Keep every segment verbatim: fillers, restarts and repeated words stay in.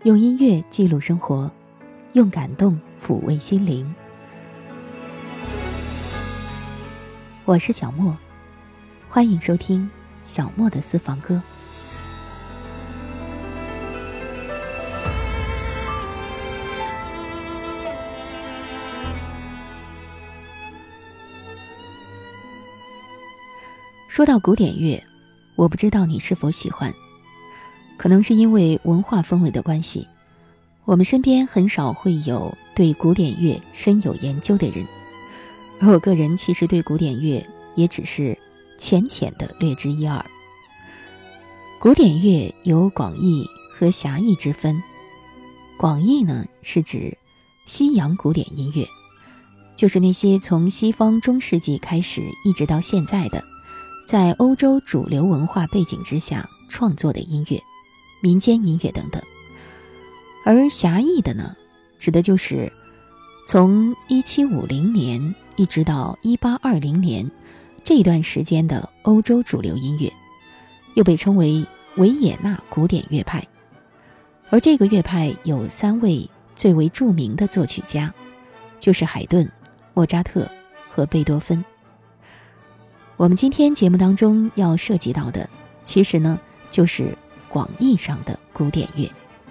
用音乐记录生活，用感动抚慰心灵。我是小莫，欢迎收听小莫的私房歌。说到古典乐，我不知道你是否喜欢，可能是因为文化氛围的关系，我们身边很少会有对古典乐深有研究的人，而我个人其实对古典乐也只是浅浅的略知一二。古典乐有广义和狭义之分，广义呢是指西洋古典音乐，就是那些从西方中世纪开始一直到现在的在欧洲主流文化背景之下创作的音乐，民间音乐等等。而狭义的呢，指的就是从一七五零年一直到一八二零年这段时间的欧洲主流音乐，又被称为维也纳古典乐派。而这个乐派有三位最为著名的作曲家，就是海顿、莫扎特和贝多芬。我们今天节目当中要涉及到的，其实呢就是广义上的古典乐。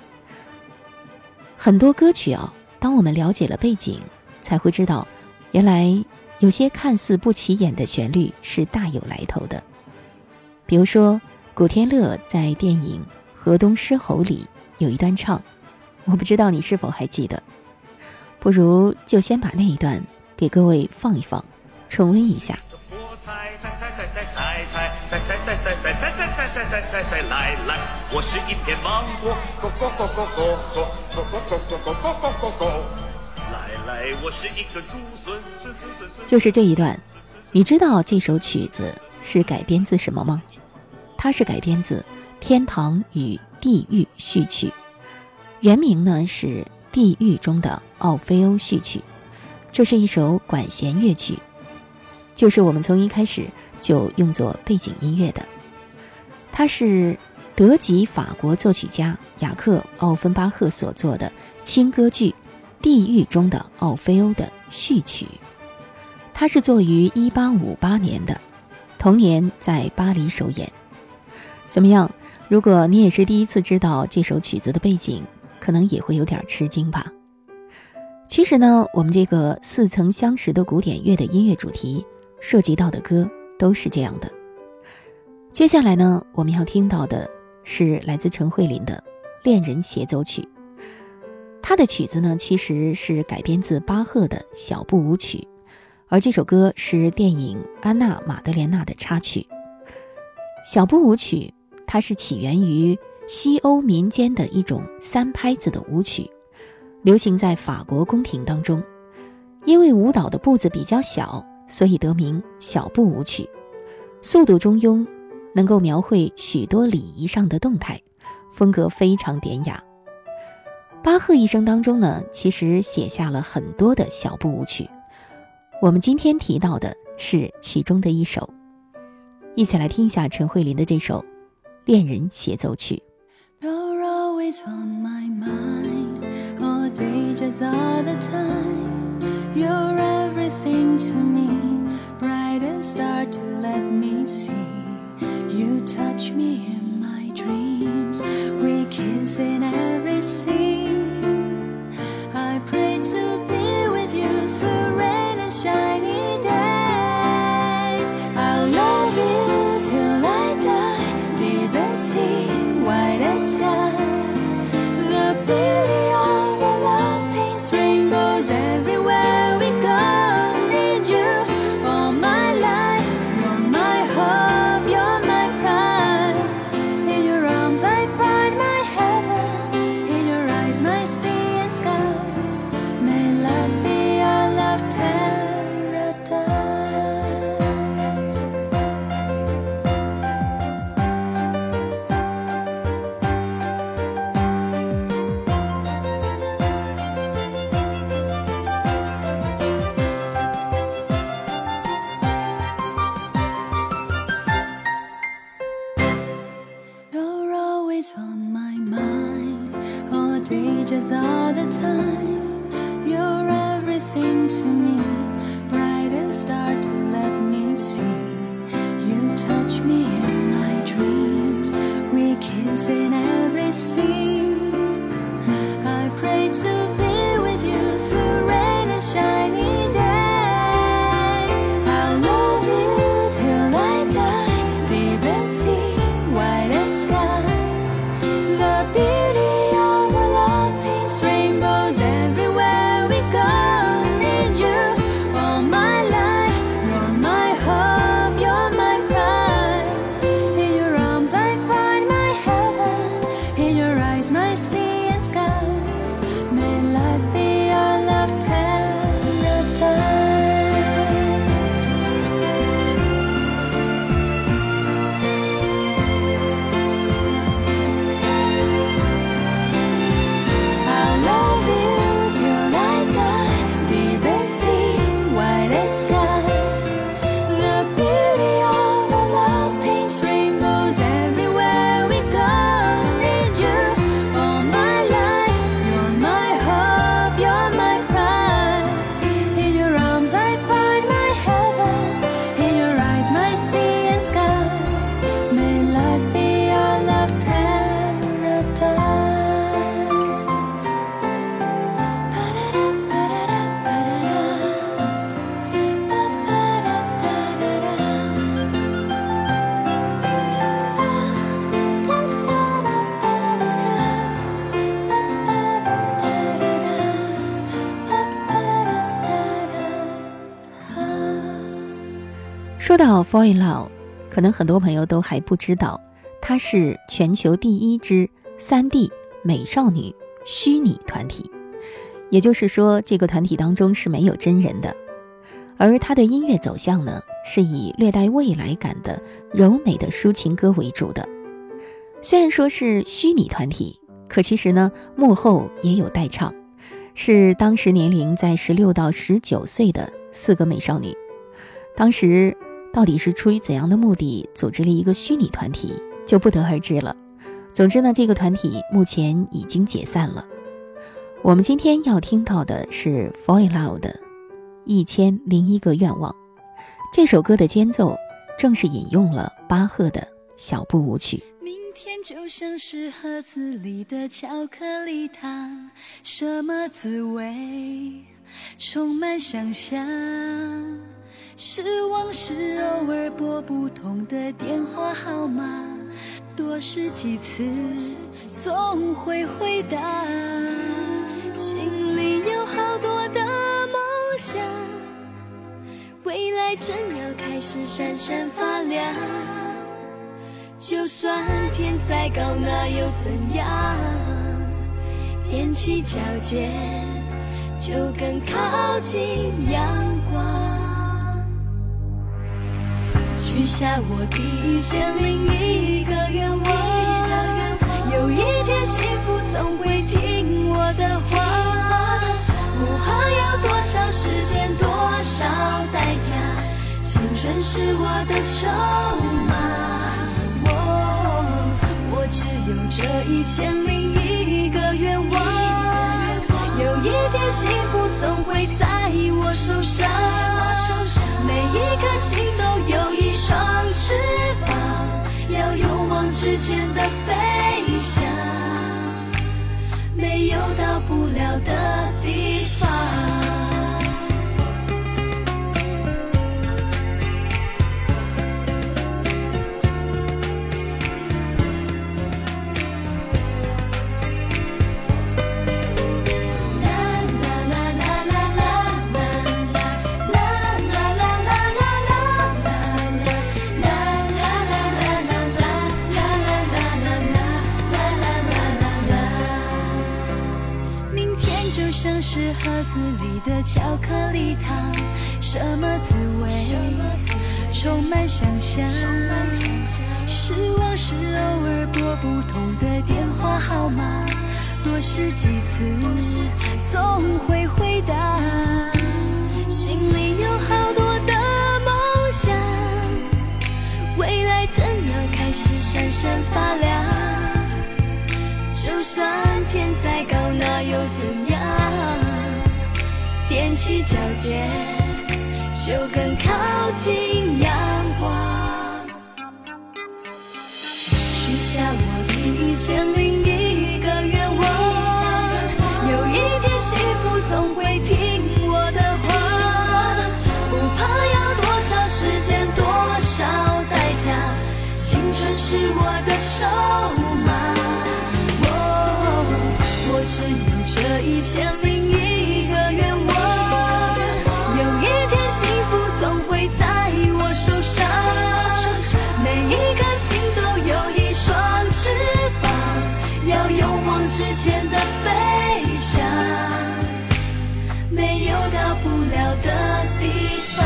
很多歌曲啊，当我们了解了背景，才会知道原来有些看似不起眼的旋律是大有来头的。比如说古天乐在电影《河东狮吼》里有一段唱，我不知道你是否还记得，不如就先把那一段给各位放一放，重温一下。 猜猜猜猜猜猜猜猜猜猜猜猜猜猜猜猜猜来来，我是一片芒果，果果果果果果果果果果果果果果，来来，我是一个竹笋笋笋笋笋。 就是这一段，你知道这首曲子是改编自什么吗？它是改编自《天堂与地狱》序曲，原名呢是《地狱中的奥菲欧》序曲。这是一首管弦乐曲，就是我们从一开始就用作背景音乐的。它是德籍法国作曲家雅克·奥芬巴赫所作的轻歌剧《地狱中的奥菲欧》的序曲。它是作于一八五八年的，同年在巴黎首演。怎么样？如果你也是第一次知道这首曲子的背景，可能也会有点吃惊吧。其实呢，我们这个似曾相识的古典乐的音乐主题涉及到的歌都是这样的。接下来呢，我们要听到的是来自陈慧琳的《恋人协奏曲》。它的曲子呢，其实是改编自巴赫的小步舞曲，而这首歌是电影《安娜·玛德莲娜》的插曲。小步舞曲它是起源于西欧民间的一种三拍子的舞曲，流行在法国宫廷当中。因为舞蹈的步子比较小，所以得名小步舞曲，速度中庸，能够描绘许多礼仪上的动态，风格非常典雅。巴赫一生当中呢，其实写下了很多的小步舞曲，我们今天提到的是其中的一首。一起来听一下陈慧琳的这首《恋人协奏曲》。 You're always on my mind, all day just all the time. You're everything to me, brightest star to let me see. You touch me in my dreams, we kiss in every scene. I pray to be with you through rain and shiny days. I'll love you till I die, deepest sea, widest sky. The beauty of our love paints rainbows everywhere we go. Need you all my life, you're my heart. contagious all the time. You're everything to me, brightest star to let me see. You touch me in my dreams, we kiss in every scene. I pray to be with you through rain and shiny days. I'll love you till I die, deepest sea, widest sky. The beauty of our love paints rainbows everywhere we go. Need you all my life, you're my hope, you're my pride. In your arms I find my heaven, in your eyes my sea and sky. May life be our love paradise. I'll love you till I die, deepest sea, widest sky. The beauty of our love paints rainbows everywhere we go. Need you all my life, you're my hope, you're my pride. In your arms I find my heaven, in your eyes my sea and sky. May life be our love paradise. 说到 Fall in Love， 可能很多朋友都还不知道，它是全球第一支 三 D 美少女虚拟团体，也就是说这个团体当中是没有真人的，而它的音乐走向呢，是以略带未来感的柔美的抒情歌为主的。虽然说是虚拟团体，可其实呢，幕后也有代唱，是当时年龄在十六到十九岁的四个美少女。当时到底是出于怎样的目的组织了一个虚拟团体，就不得而知了。总之呢，这个团体目前已经解散了。我们今天要听到的是 Fall in Love 的一千零一个愿望。这首歌的间奏正是引用了巴赫的小步舞曲。 明天就像是盒子里的巧克力糖，什么滋味充满想象，失望是偶尔拨不通的电话号码，多试几次总会回答。心里有好多的梦想，未来正要开始闪闪发亮，就算天再高那又怎样，踮起脚尖就更靠近阳光。许下我第一千零一个愿望，有一天幸福总会听我的话，不怕要多少时间多少代价，青春是我的筹码。我我只有这一千零一个愿望，有一天幸福总会在我手上，每一颗心都有一双翅膀，要勇往直前的飞翔，没有到不了的地方。像是盒子里的巧克力糖，什么滋味充满想象，失望是偶尔拨不通的电话号码，多试几次总会回答。心里有好多的梦想，未来正要开始闪闪发亮，就算天再高气交接，就更靠近阳光。许下我的一千零一个愿望，有一天幸福总会听我的话，不怕要多少时间多少代价，青春是我的筹码。我只有这一千零一个愿望，有一天幸福总会在我手上，每一颗心都有一双翅膀，要勇往直前的飞翔，没有到不了的地方。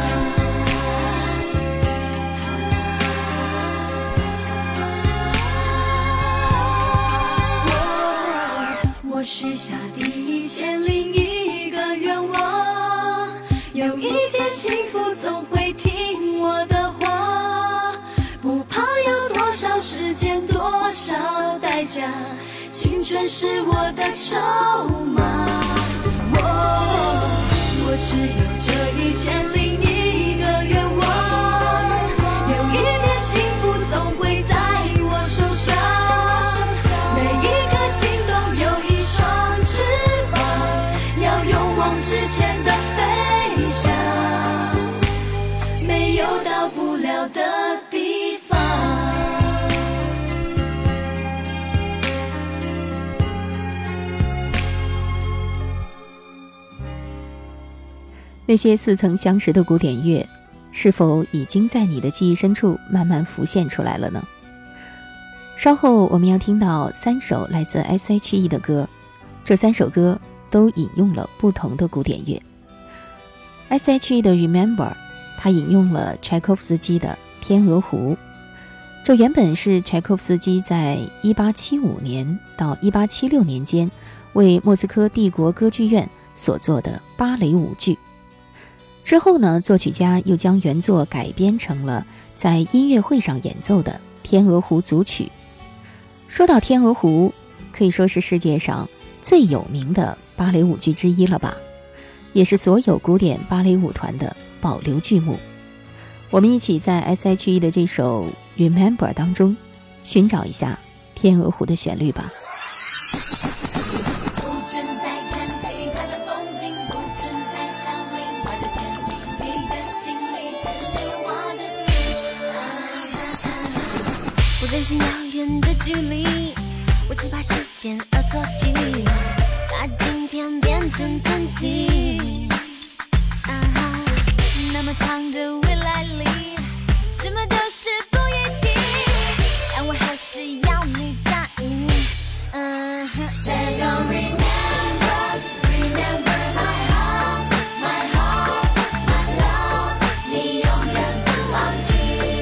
我许下第一千零一个愿望，有一天幸福总会听我的话，不怕要多少时间多少代价，青春是我的筹码。我只有这一千零一个愿望，有一天幸福总会在我手上，每一颗心都有一双翅膀，要勇往直前的飞翔，没有到不了的地方。 那些似曾相识的古典乐，是否已经在你的记忆深处慢慢浮现出来了呢？稍后我们要听到三首来自 S H E 的歌，这三首歌都引用了不同的古典乐。S H E 的 Remember， 它引用了柴可夫斯基的《天鹅湖》，这原本是柴可夫斯基在一八七五年到一八七六年间为莫斯科帝国歌剧院所做的芭蕾舞剧。之后呢，作曲家又将原作改编成了在音乐会上演奏的《天鹅湖》组曲。说到《天鹅湖》，可以说是世界上最有名的芭蕾舞剧之一了吧，也是所有古典芭蕾舞团的保留剧目。我们一起在 S H E 的这首 Remember 当中寻找一下《天鹅湖》的旋律吧。 担心遥远的距离，我只怕时间恶作剧，把今天变成曾经。啊哈，那么长的未来里，什么都是不一定，但我还是要你答应。嗯哼 ，Say you remember, remember my heart, my heart, my love， 你永远不忘记。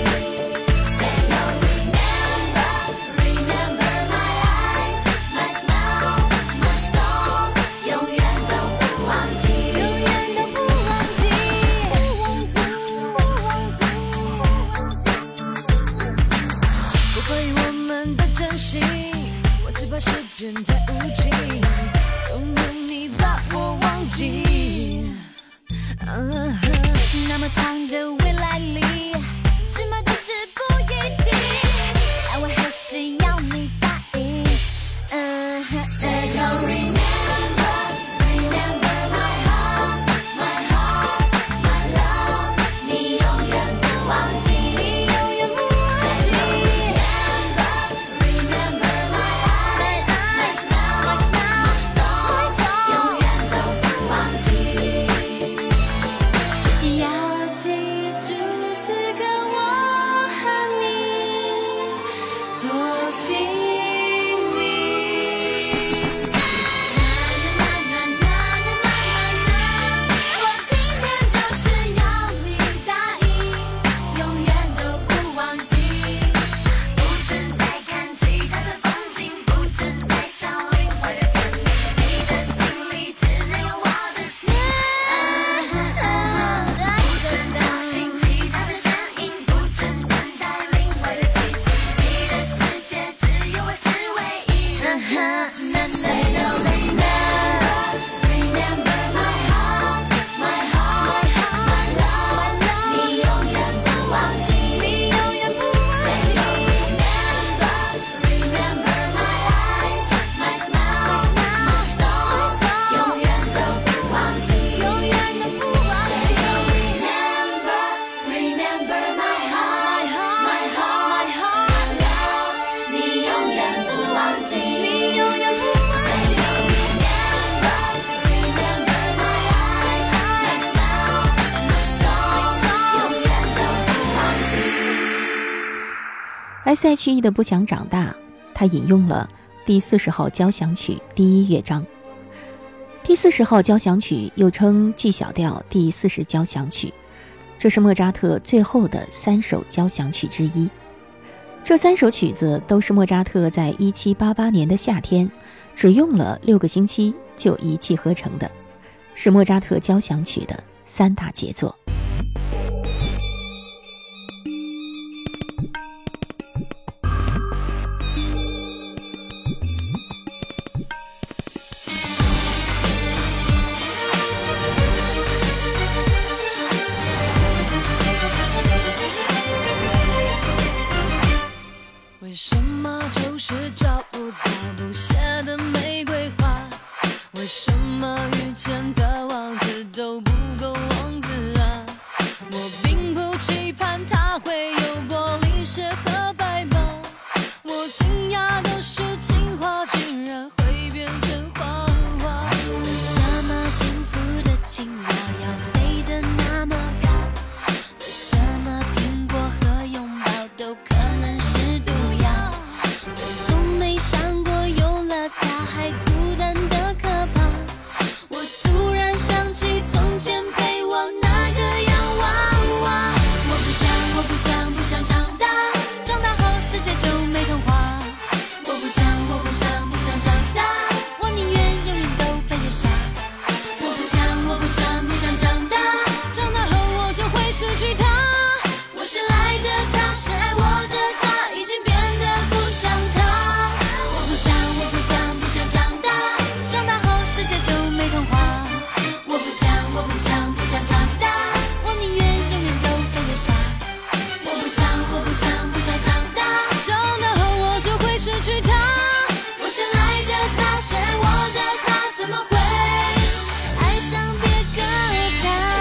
时间太无情，怂恿你把我忘记。Uh-huh. 那么长的未来里，什么都是不一定，但我还是要你答应。Uh-huh. Say you remember, remember my heart, my heart, my love， 你永远不忘记。 S H E 的不想长大，他引用了第四十号交响曲第一乐章。第四十号交响曲又称 G 小调第四十交响曲，这是莫扎特最后的三首交响曲之一。这三首曲子都是莫扎特在一七八八年的夏天只用了六个星期就一气呵成的，是莫扎特交响曲的三大杰作。 为什么就是找不到不写的玫瑰花？为什么遇见的王子都不够王子啊？我并不期盼他会有玻璃鞋和白马，我惊讶的是情话竟然会变成花花。为什么幸福的青蛙要飞得那么高？为什么苹果和拥抱都可能是毒药？我从没想过有了它还孤单的可怕。我突然想起从前陪我那个洋娃娃。我不想，我不想，不想长大，长大后世界就没童话。我不想，我不想，不想长大，我宁愿永远都被扼杀。我不想，我不想，不想长大，长大后我就会失去它。我深爱的他，深爱我的他，已经变得不像他。我不想，我不想，不想长大，长大后世界就没童话。我不想，我不想，不想长大，我宁愿永远都被扼杀。我不想，我不想，不想长大，长大后我就会失去他。我深爱的他，深爱我的他，怎么会爱上别个他？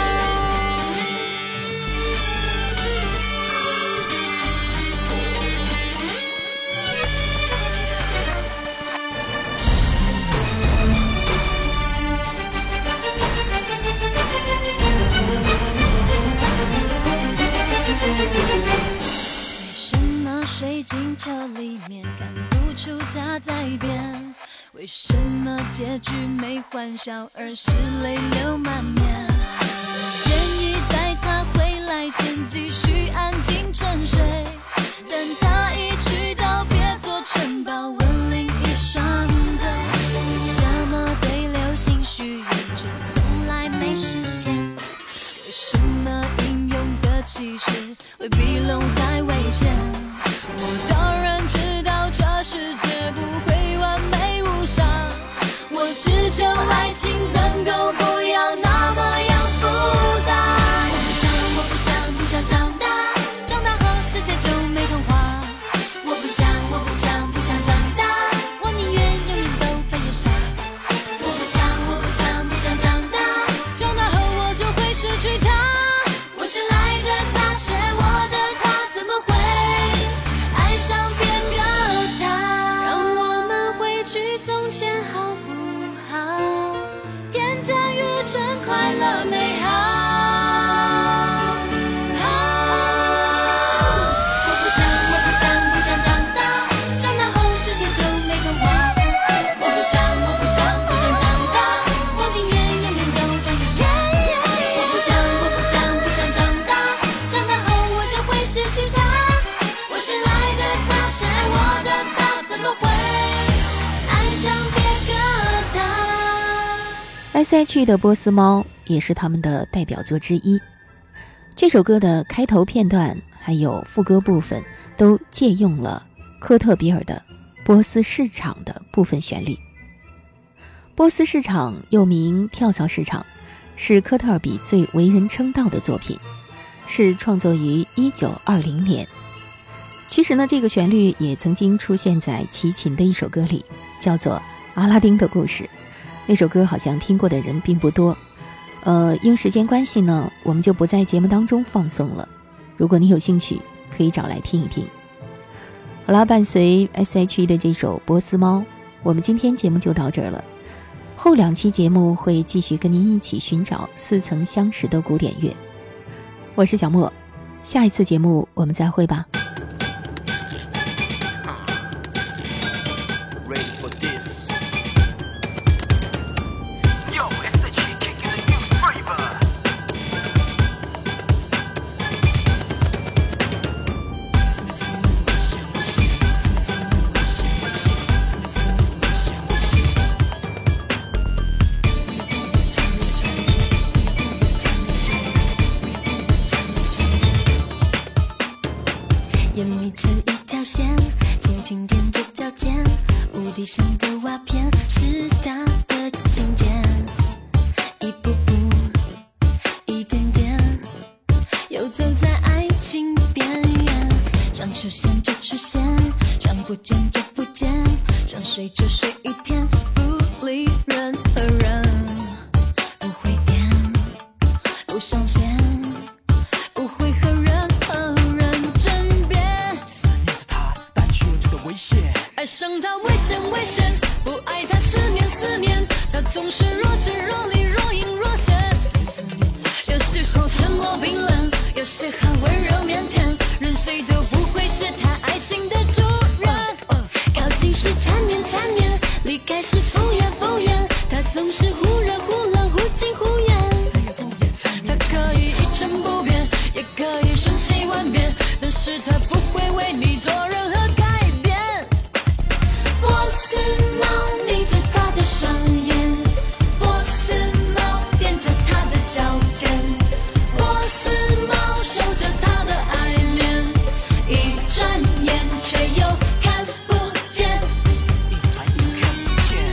为什么水晶球里面看不出它在变？为什么结局没欢笑，而是泪流满面？愿意在他回来前继续安静沉睡，但他一去到别做城堡，吻另一双腿。为什么对流星许愿却从来没实现？为什么英勇的骑士会比龙还危险？我当然知道这世界不会完美无伤，我只求爱情能够不要那么样复杂。我不想，我不想，不想长大，长大后世界就没童话。我不想，我不想，不想长大，我宁愿永远都被扼杀。我不想，我不想，不想长大，长大后我就会失去他。我深爱的他，深爱我的他，怎么会爱上别个他？让我们回去从前好不好？天真愚蠢，快乐美好。我不想，我不想，不想长大，长大后世界就没童话。我不想，我不想，不想长大，我宁愿永远都被扼杀。我不想，我不想，不想长大，长大后我就会失去他。我深爱的他，深爱我的他，怎么会爱上别个他？ S H E 的波斯猫也是他们的代表作之一。这首歌的开头片段还有副歌部分都借用了科特比尔的波斯市场的部分旋律。波斯市场又名跳蚤市场，是科特尔比最为人称道的作品，是创作于一九二零年。其实呢，这个旋律也曾经出现在齐秦的一首歌里，叫做《阿拉丁的故事》。那首歌好像听过的人并不多，呃，因时间关系呢，我们就不在节目当中放送了。如果你有兴趣，可以找来听一听。好啦，伴随 S H E 的这首《波斯猫》，我们今天节目就到这儿了。后两期节目会继续跟您一起寻找似曾相识的古典乐。我是小莫，下一次节目我们再会吧。 眼眯成一条线，轻轻踮着脚尖，屋顶上的瓦片是他的琴键，一步步一点点游走在爱情边缘，想出现就出现，想不见就不见，想睡就睡一天，不理任何人，不会点，不上线，不会和任何人争辩， 思念着他，但却觉得危险， 爱上他危险危险，不爱他思念思念，他总是若即若离若隐若现，有时候沉默冰冷，有时候温柔腼腆，任谁都不会是他爱情的主人，靠近时缠绵缠绵，离开时敷衍敷衍，他总是忽热忽冷忽近忽远，他可以一成不变，也可以瞬息万变，但是他不会为你做任何改变。波斯猫眯着他的双眼，波斯猫踮着他的脚尖，波斯猫守着他的爱恋，一转眼却又看不见， 一转眼看不见。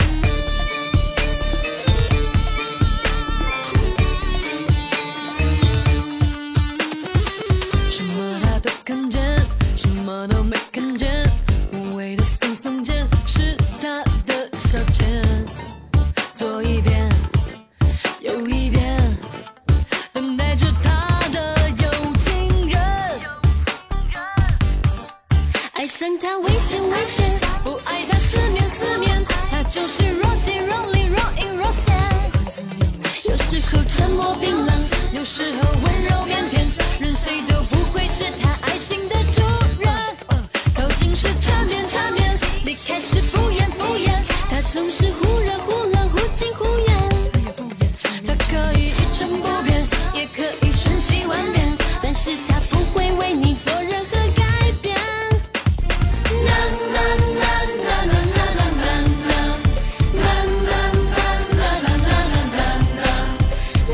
什么他都看见，什么都没看见，无谓的耸耸肩是他的消遣，做一遍又一遍，等待着他的有情人，爱上他危险危险，不爱他思念思念，他就是若即若离若隐若现，有时候沉默冰冷，有时候温柔腼腆，任谁都不会是他爱情的主人，靠近时缠绵缠绵，离开时敷衍敷衍，他总是忽热忽冷忽近忽远，他可以一成不变，也可以瞬息万变，但是他不会为你做任何改变。啦啦啦啦啦啦啦啦啦啦啦啦啦啦啦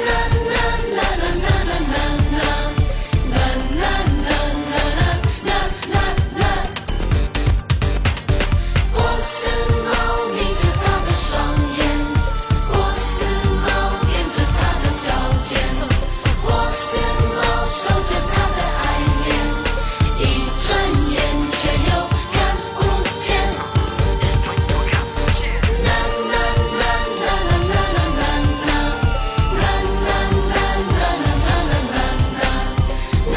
波斯猫眯着他的双眼，波斯猫踮着他的脚尖，波斯猫守着他的爱恋，一转眼却又看不见。啦啦啦啦啦啦啦啦啦啦啦啦啦啦啦啦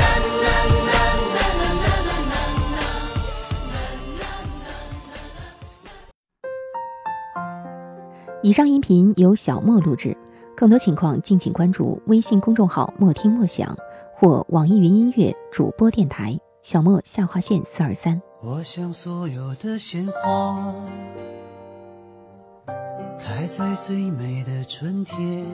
以上音频由小莫录制，更多情况敬请关注微信公众号莫听莫想或网易云音乐主播电台小莫下划线四二三。 我想所有的鲜花开在最美的春天，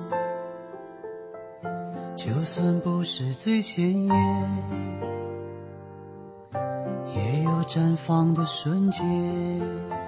就算不是最鲜艳，也有绽放的瞬间。